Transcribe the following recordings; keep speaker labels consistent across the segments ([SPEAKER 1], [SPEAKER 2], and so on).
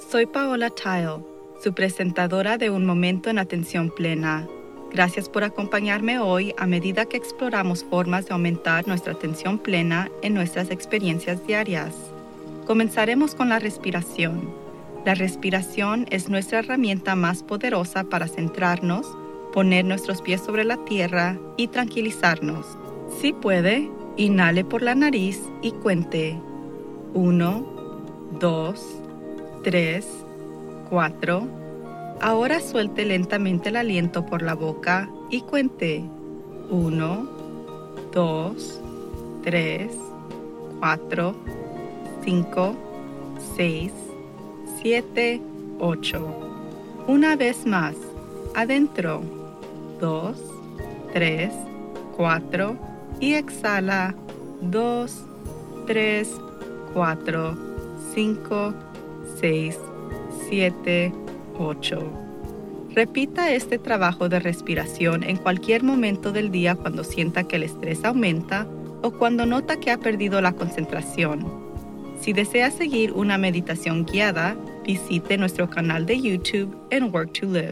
[SPEAKER 1] Soy Paola Tile, su presentadora de Un Momento en Atención Plena. Gracias por acompañarme hoy a medida que exploramos formas de aumentar nuestra atención plena en nuestras experiencias diarias. Comenzaremos con la respiración. La respiración es nuestra herramienta más poderosa para centrarnos, poner nuestros pies sobre la tierra y tranquilizarnos. Si puede, inhale por la nariz y cuente 1, 2, 3, 4. Ahora suelte lentamente el aliento por la boca y cuente 1, 2, 3, 4, 5, 6, 7, 8. Una vez más, adentro 2, 3, 4 y exhala 2, 3, 4, 5, 6, 7, 8. Repita este trabajo de respiración en cualquier momento del día cuando sienta que el estrés aumenta o cuando nota que ha perdido la concentración. Si desea seguir una meditación guiada, visite nuestro canal de YouTube en Work to Live.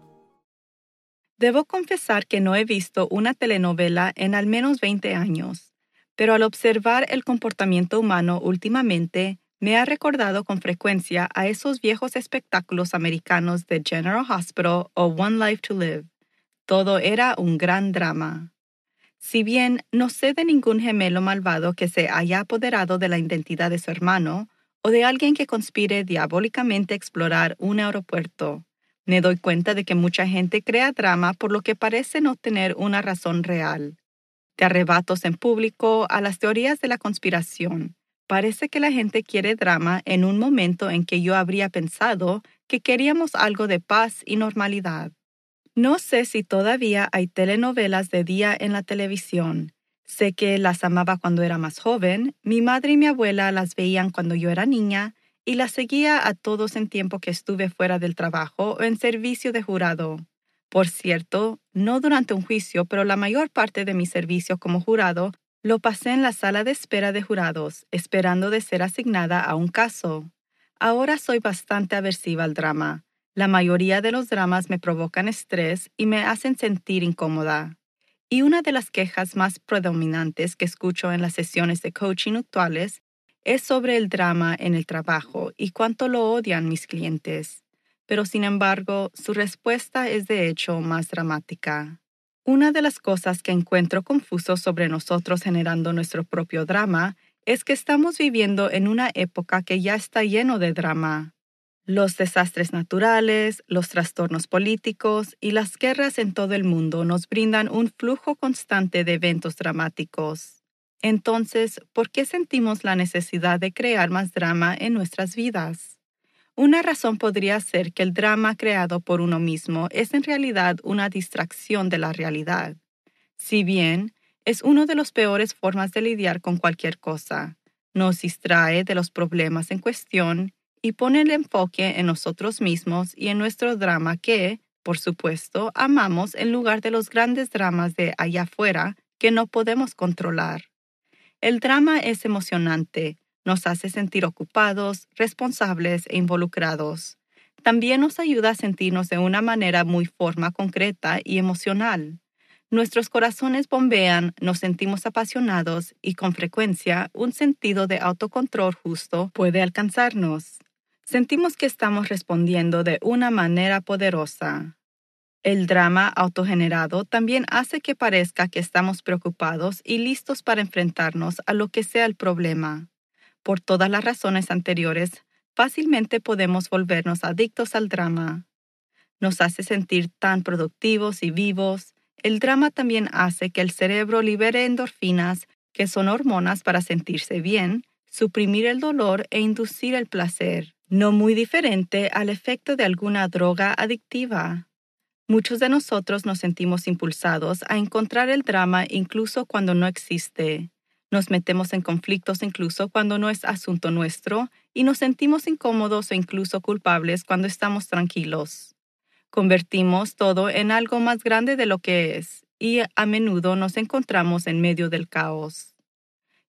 [SPEAKER 1] Debo confesar que no he visto una telenovela en al menos 20 años, pero al observar el comportamiento humano últimamente, me ha recordado con frecuencia a esos viejos espectáculos americanos de General Hospital o One Life to Live. Todo era un gran drama. Si bien no sé de ningún gemelo malvado que se haya apoderado de la identidad de su hermano o de alguien que conspire diabólicamente a explorar un aeropuerto, me doy cuenta de que mucha gente crea drama por lo que parece no tener una razón real. De arrebatos en público a las teorías de la conspiración, parece que la gente quiere drama en un momento en que yo habría pensado que queríamos algo de paz y normalidad. No sé si todavía hay telenovelas de día en la televisión. Sé que las amaba cuando era más joven, mi madre y mi abuela las veían cuando yo era niña y las seguía a todos en tiempo que estuve fuera del trabajo o en servicio de jurado. Por cierto, no durante un juicio, pero la mayor parte de mi servicio como jurado lo pasé en la sala de espera de jurados, esperando de ser asignada a un caso. Ahora soy bastante aversiva al drama. La mayoría de los dramas me provocan estrés y me hacen sentir incómoda. Y una de las quejas más predominantes que escucho en las sesiones de coaching actuales es sobre el drama en el trabajo y cuánto lo odian mis clientes. Pero sin embargo, su respuesta es de hecho más dramática. Una de las cosas que encuentro confuso sobre nosotros generando nuestro propio drama es que estamos viviendo en una época que ya está lleno de drama. Los desastres naturales, los trastornos políticos y las guerras en todo el mundo nos brindan un flujo constante de eventos dramáticos. Entonces, ¿por qué sentimos la necesidad de crear más drama en nuestras vidas? Una razón podría ser que el drama creado por uno mismo es en realidad una distracción de la realidad. Si bien es una de las peores formas de lidiar con cualquier cosa, nos distrae de los problemas en cuestión y pone el enfoque en nosotros mismos y en nuestro drama que, por supuesto, amamos en lugar de los grandes dramas de allá afuera que no podemos controlar. El drama es emocionante, nos hace sentir ocupados, responsables e involucrados. También nos ayuda a sentirnos de una manera muy forma concreta y emocional. Nuestros corazones bombean, nos sentimos apasionados y con frecuencia un sentido de autocontrol justo puede alcanzarnos. Sentimos que estamos respondiendo de una manera poderosa. El drama autogenerado también hace que parezca que estamos preocupados y listos para enfrentarnos a lo que sea el problema. Por todas las razones anteriores, fácilmente podemos volvernos adictos al drama. Nos hace sentir tan productivos y vivos. El drama también hace que el cerebro libere endorfinas, que son hormonas para sentirse bien, suprimir el dolor e inducir el placer, no muy diferente al efecto de alguna droga adictiva. Muchos de nosotros nos sentimos impulsados a encontrar el drama incluso cuando no existe. Nos metemos en conflictos incluso cuando no es asunto nuestro y nos sentimos incómodos o incluso culpables cuando estamos tranquilos. Convertimos todo en algo más grande de lo que es y a menudo nos encontramos en medio del caos.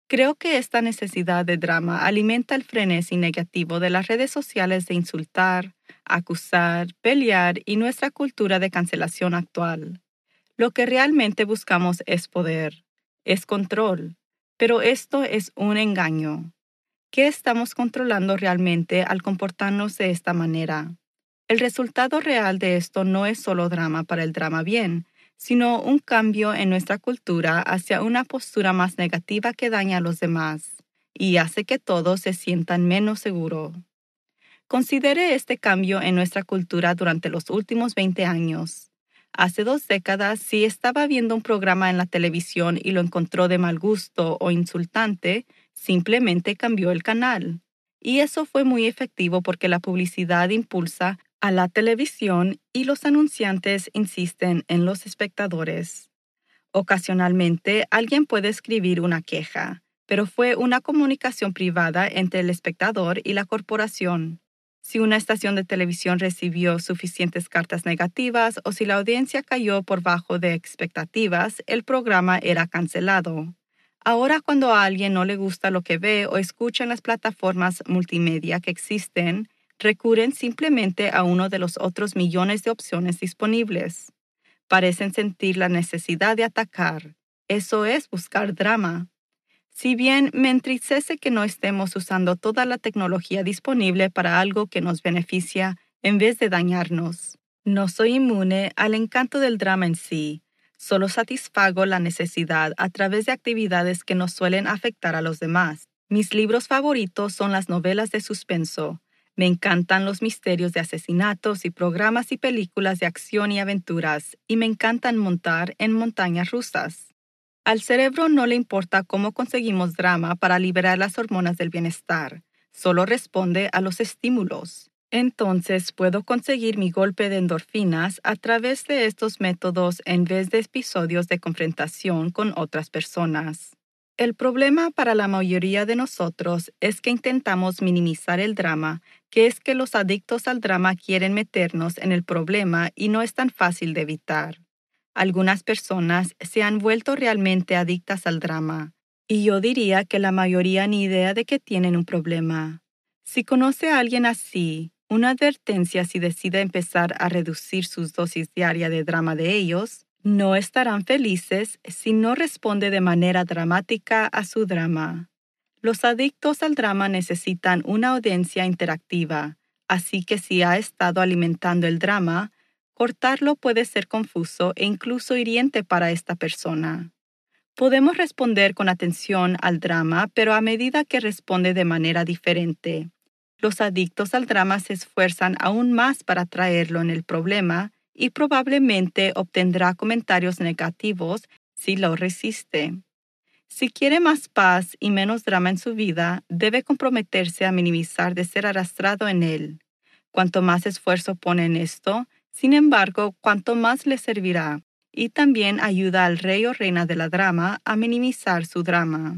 [SPEAKER 1] Creo que esta necesidad de drama alimenta el frenesí negativo de las redes sociales de insultar, acusar, pelear y nuestra cultura de cancelación actual. Lo que realmente buscamos es poder, es control, pero esto es un engaño. ¿Qué estamos controlando realmente al comportarnos de esta manera? El resultado real de esto no es solo drama para el drama bien, sino un cambio en nuestra cultura hacia una postura más negativa que daña a los demás y hace que todos se sientan menos seguros. Considere este cambio en nuestra cultura durante los últimos 20 años. Hace 2 décadas, si estaba viendo un programa en la televisión y lo encontró de mal gusto o insultante, simplemente cambió el canal. Y eso fue muy efectivo porque la publicidad impulsa a la televisión y los anunciantes insisten en los espectadores. Ocasionalmente, alguien puede escribir una queja, pero fue una comunicación privada entre el espectador y la corporación. Si una estación de televisión recibió suficientes cartas negativas o si la audiencia cayó por bajo de expectativas, el programa era cancelado. Ahora, cuando a alguien no le gusta lo que ve o escucha en las plataformas multimedia que existen, recurren simplemente a uno de los otros millones de opciones disponibles. Parecen sentir la necesidad de atacar. Eso es buscar drama. Si bien me entristece que no estemos usando toda la tecnología disponible para algo que nos beneficia en vez de dañarnos. No soy inmune al encanto del drama en sí. Solo satisfago la necesidad a través de actividades que no suelen afectar a los demás. Mis libros favoritos son las novelas de suspenso. Me encantan los misterios de asesinatos y programas y películas de acción y aventuras, y me encantan montar en montañas rusas. Al cerebro no le importa cómo conseguimos drama para liberar las hormonas del bienestar, solo responde a los estímulos. Entonces puedo conseguir mi golpe de endorfinas a través de estos métodos en vez de episodios de confrontación con otras personas. El problema para la mayoría de nosotros es que intentamos minimizar el drama, que es que los adictos al drama quieren meternos en el problema y no es tan fácil de evitar. Algunas personas se han vuelto realmente adictas al drama, y yo diría que la mayoría ni idea de que tienen un problema. Si conoce a alguien así, una advertencia si decide empezar a reducir sus dosis diarias de drama de ellos, no estarán felices si no responde de manera dramática a su drama. Los adictos al drama necesitan una audiencia interactiva, así que si ha estado alimentando el drama, cortarlo puede ser confuso e incluso hiriente para esta persona. Podemos responder con atención al drama, pero a medida que responde de manera diferente. Los adictos al drama se esfuerzan aún más para traerlo en el problema y probablemente obtendrá comentarios negativos si lo resiste. Si quiere más paz y menos drama en su vida, debe comprometerse a minimizar de ser arrastrado en él. Cuanto más esfuerzo pone en esto, sin embargo, cuanto más le servirá, y también ayuda al rey o reina de la drama a minimizar su drama.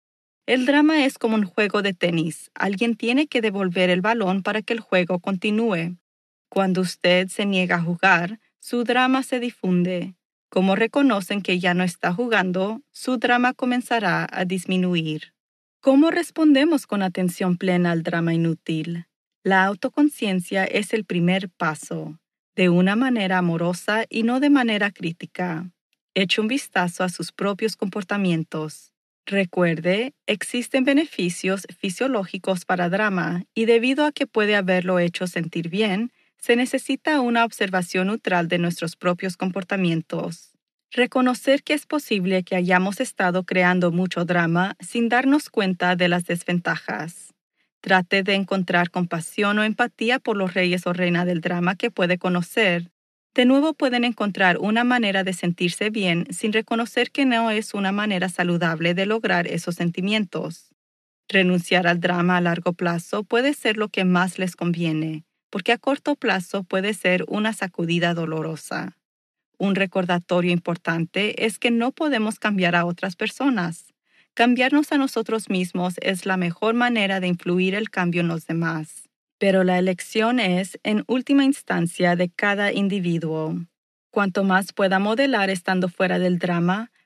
[SPEAKER 1] El drama es como un juego de tenis. Alguien tiene que devolver el balón para que el juego continúe. Cuando usted se niega a jugar, su drama se difunde. Como reconocen que ya no está jugando, su drama comenzará a disminuir. ¿Cómo respondemos con atención plena al drama inútil? La autoconciencia es el primer paso, de una manera amorosa y no de manera crítica. Eche un vistazo a sus propios comportamientos. Recuerde, existen beneficios fisiológicos para drama y debido a que puede haberlo hecho sentir bien, se necesita una observación neutral de nuestros propios comportamientos. Reconocer que es posible que hayamos estado creando mucho drama sin darnos cuenta de las desventajas. Trate de encontrar compasión o empatía por los reyes o reina del drama que puede conocer. De nuevo pueden encontrar una manera de sentirse bien sin reconocer que no es una manera saludable de lograr esos sentimientos. Renunciar al drama a largo plazo puede ser lo que más les conviene, porque a corto plazo puede ser una sacudida dolorosa. Un recordatorio importante es que no podemos cambiar a otras personas. Cambiarnos a nosotros mismos es la mejor manera de influir el cambio en los demás. Pero la elección es, en última instancia, de cada individuo. Cuanto más pueda modelar estando fuera del drama,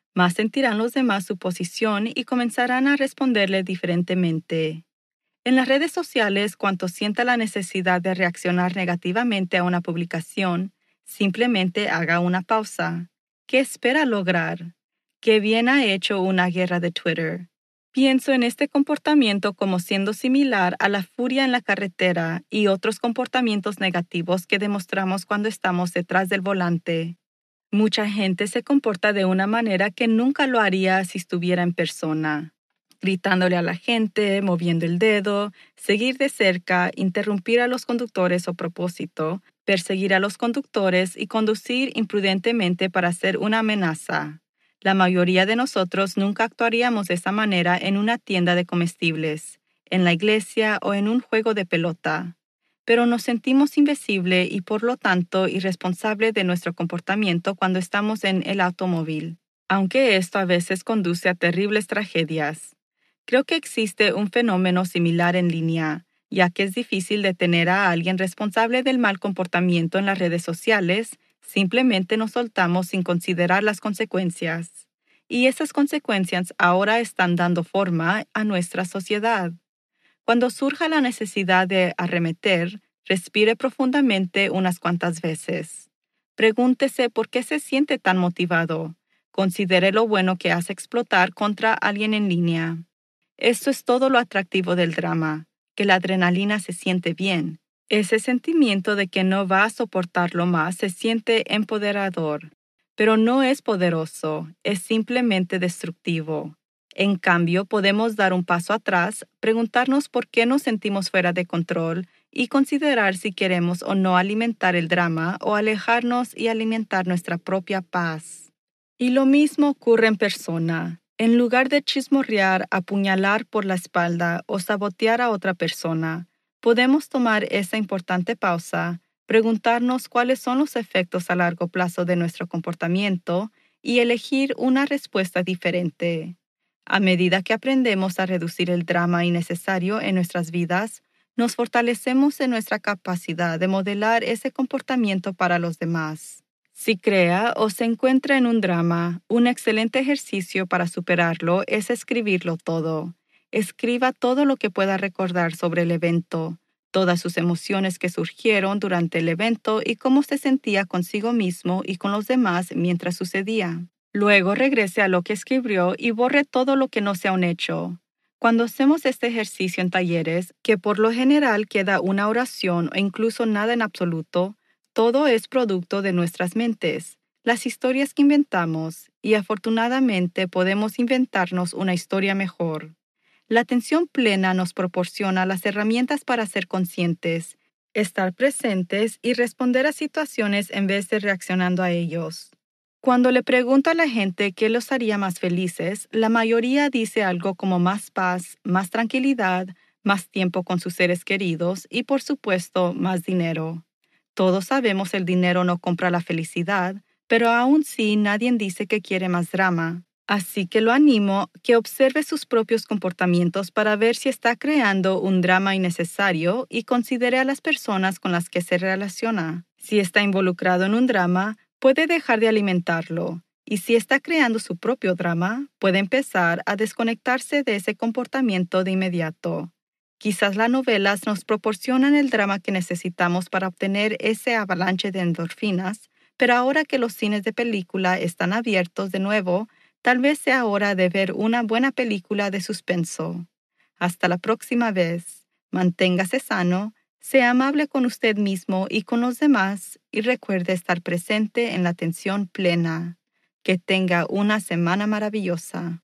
[SPEAKER 1] Más sentirán los demás su posición y comenzarán a responderle diferentemente. En las redes sociales, cuando sienta la necesidad de reaccionar negativamente a una publicación, simplemente haga una pausa. ¿Qué espera lograr? Qué bien ha hecho una guerra de Twitter. Pienso en este comportamiento como siendo similar a la furia en la carretera y otros comportamientos negativos que demostramos cuando estamos detrás del volante. Mucha gente se comporta de una manera que nunca lo haría si estuviera en persona. Gritándole a la gente, moviendo el dedo, seguir de cerca, interrumpir a los conductores a propósito, perseguir a los conductores y conducir imprudentemente para hacer una amenaza. La mayoría de nosotros nunca actuaríamos de esa manera en una tienda de comestibles, en la iglesia o en un juego de pelota. Pero nos sentimos invisible y por lo tanto irresponsable de nuestro comportamiento cuando estamos en el automóvil, aunque esto a veces conduce a terribles tragedias. Creo que existe un fenómeno similar en línea, ya que es difícil detener a alguien responsable del mal comportamiento en las redes sociales. Simplemente nos soltamos sin considerar las consecuencias. Y esas consecuencias ahora están dando forma a nuestra sociedad. Cuando surja la necesidad de arremeter, respire profundamente unas cuantas veces. Pregúntese por qué se siente tan motivado. Considere lo bueno que hace explotar contra alguien en línea. Esto es todo lo atractivo del drama, que la adrenalina se siente bien. Ese sentimiento de que no va a soportarlo más se siente empoderador, pero no es poderoso, es simplemente destructivo. En cambio, podemos dar un paso atrás, preguntarnos por qué nos sentimos fuera de control y considerar si queremos o no alimentar el drama o alejarnos y alimentar nuestra propia paz. Y lo mismo ocurre en persona. En lugar de chismorrear, apuñalar por la espalda o sabotear a otra persona, podemos tomar esa importante pausa, preguntarnos cuáles son los efectos a largo plazo de nuestro comportamiento y elegir una respuesta diferente. A medida que aprendemos a reducir el drama innecesario en nuestras vidas, nos fortalecemos en nuestra capacidad de modelar ese comportamiento para los demás. Si crea o se encuentra en un drama, un excelente ejercicio para superarlo es escribirlo todo. Escriba todo lo que pueda recordar sobre el evento, todas sus emociones que surgieron durante el evento y cómo se sentía consigo mismo y con los demás mientras sucedía. Luego regrese a lo que escribió y borre todo lo que no sea un hecho. Cuando hacemos este ejercicio en talleres, que por lo general queda una oración o incluso nada en absoluto, todo es producto de nuestras mentes, las historias que inventamos, y afortunadamente podemos inventarnos una historia mejor. La atención plena nos proporciona las herramientas para ser conscientes, estar presentes y responder a situaciones en vez de reaccionando a ellos. Cuando le pregunto a la gente qué los haría más felices, la mayoría dice algo como más paz, más tranquilidad, más tiempo con sus seres queridos y, por supuesto, más dinero. Todos sabemos el dinero no compra la felicidad, pero aún sí nadie dice que quiere más drama. Así que lo animo que observe sus propios comportamientos para ver si está creando un drama innecesario y considere a las personas con las que se relaciona. Si está involucrado en un drama, puede dejar de alimentarlo. Y si está creando su propio drama, puede empezar a desconectarse de ese comportamiento de inmediato. Quizás las novelas nos proporcionan el drama que necesitamos para obtener ese avalanche de endorfinas, pero ahora que los cines de película están abiertos de nuevo, tal vez sea hora de ver una buena película de suspenso. Hasta la próxima vez. Manténgase sano, sea amable con usted mismo y con los demás y recuerde estar presente en la atención plena. Que tenga una semana maravillosa.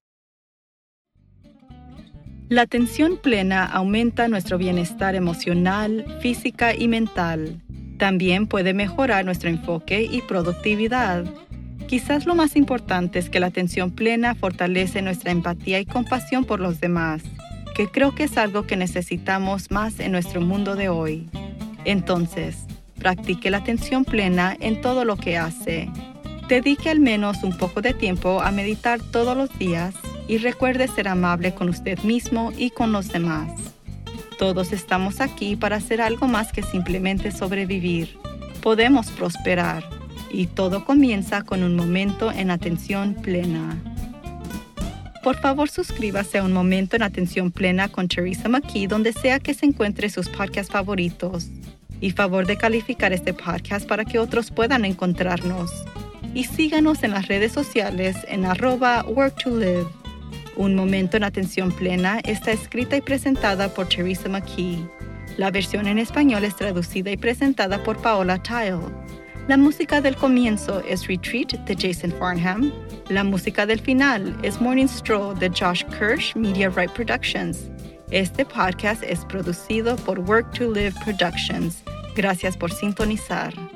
[SPEAKER 1] La atención plena aumenta nuestro bienestar emocional, física y mental. También puede mejorar nuestro enfoque y productividad. Quizás lo más importante es que la atención plena fortalece nuestra empatía y compasión por los demás, que creo que es algo que necesitamos más en nuestro mundo de hoy. Entonces, practique la atención plena en todo lo que hace. Dedique al menos un poco de tiempo a meditar todos los días y recuerde ser amable con usted mismo y con los demás. Todos estamos aquí para hacer algo más que simplemente sobrevivir. Podemos prosperar y todo comienza con un momento en atención plena. Por favor, suscríbase a Un Momento en Atención Plena con Teresa McKee donde sea que se encuentre sus podcasts favoritos. Y favor de calificar este podcast para que otros puedan encontrarnos. Y síganos en las redes sociales en @work2live. Un Momento en Atención Plena está escrita y presentada por Teresa McKee. La versión en español es traducida y presentada por Paola Tile. La música del comienzo es Retreat de Jason Farnham. La música del final es Morning Stroll de Josh Kirsch Media Right Productions. Este podcast es producido por Work to Live Productions. Gracias por sintonizar.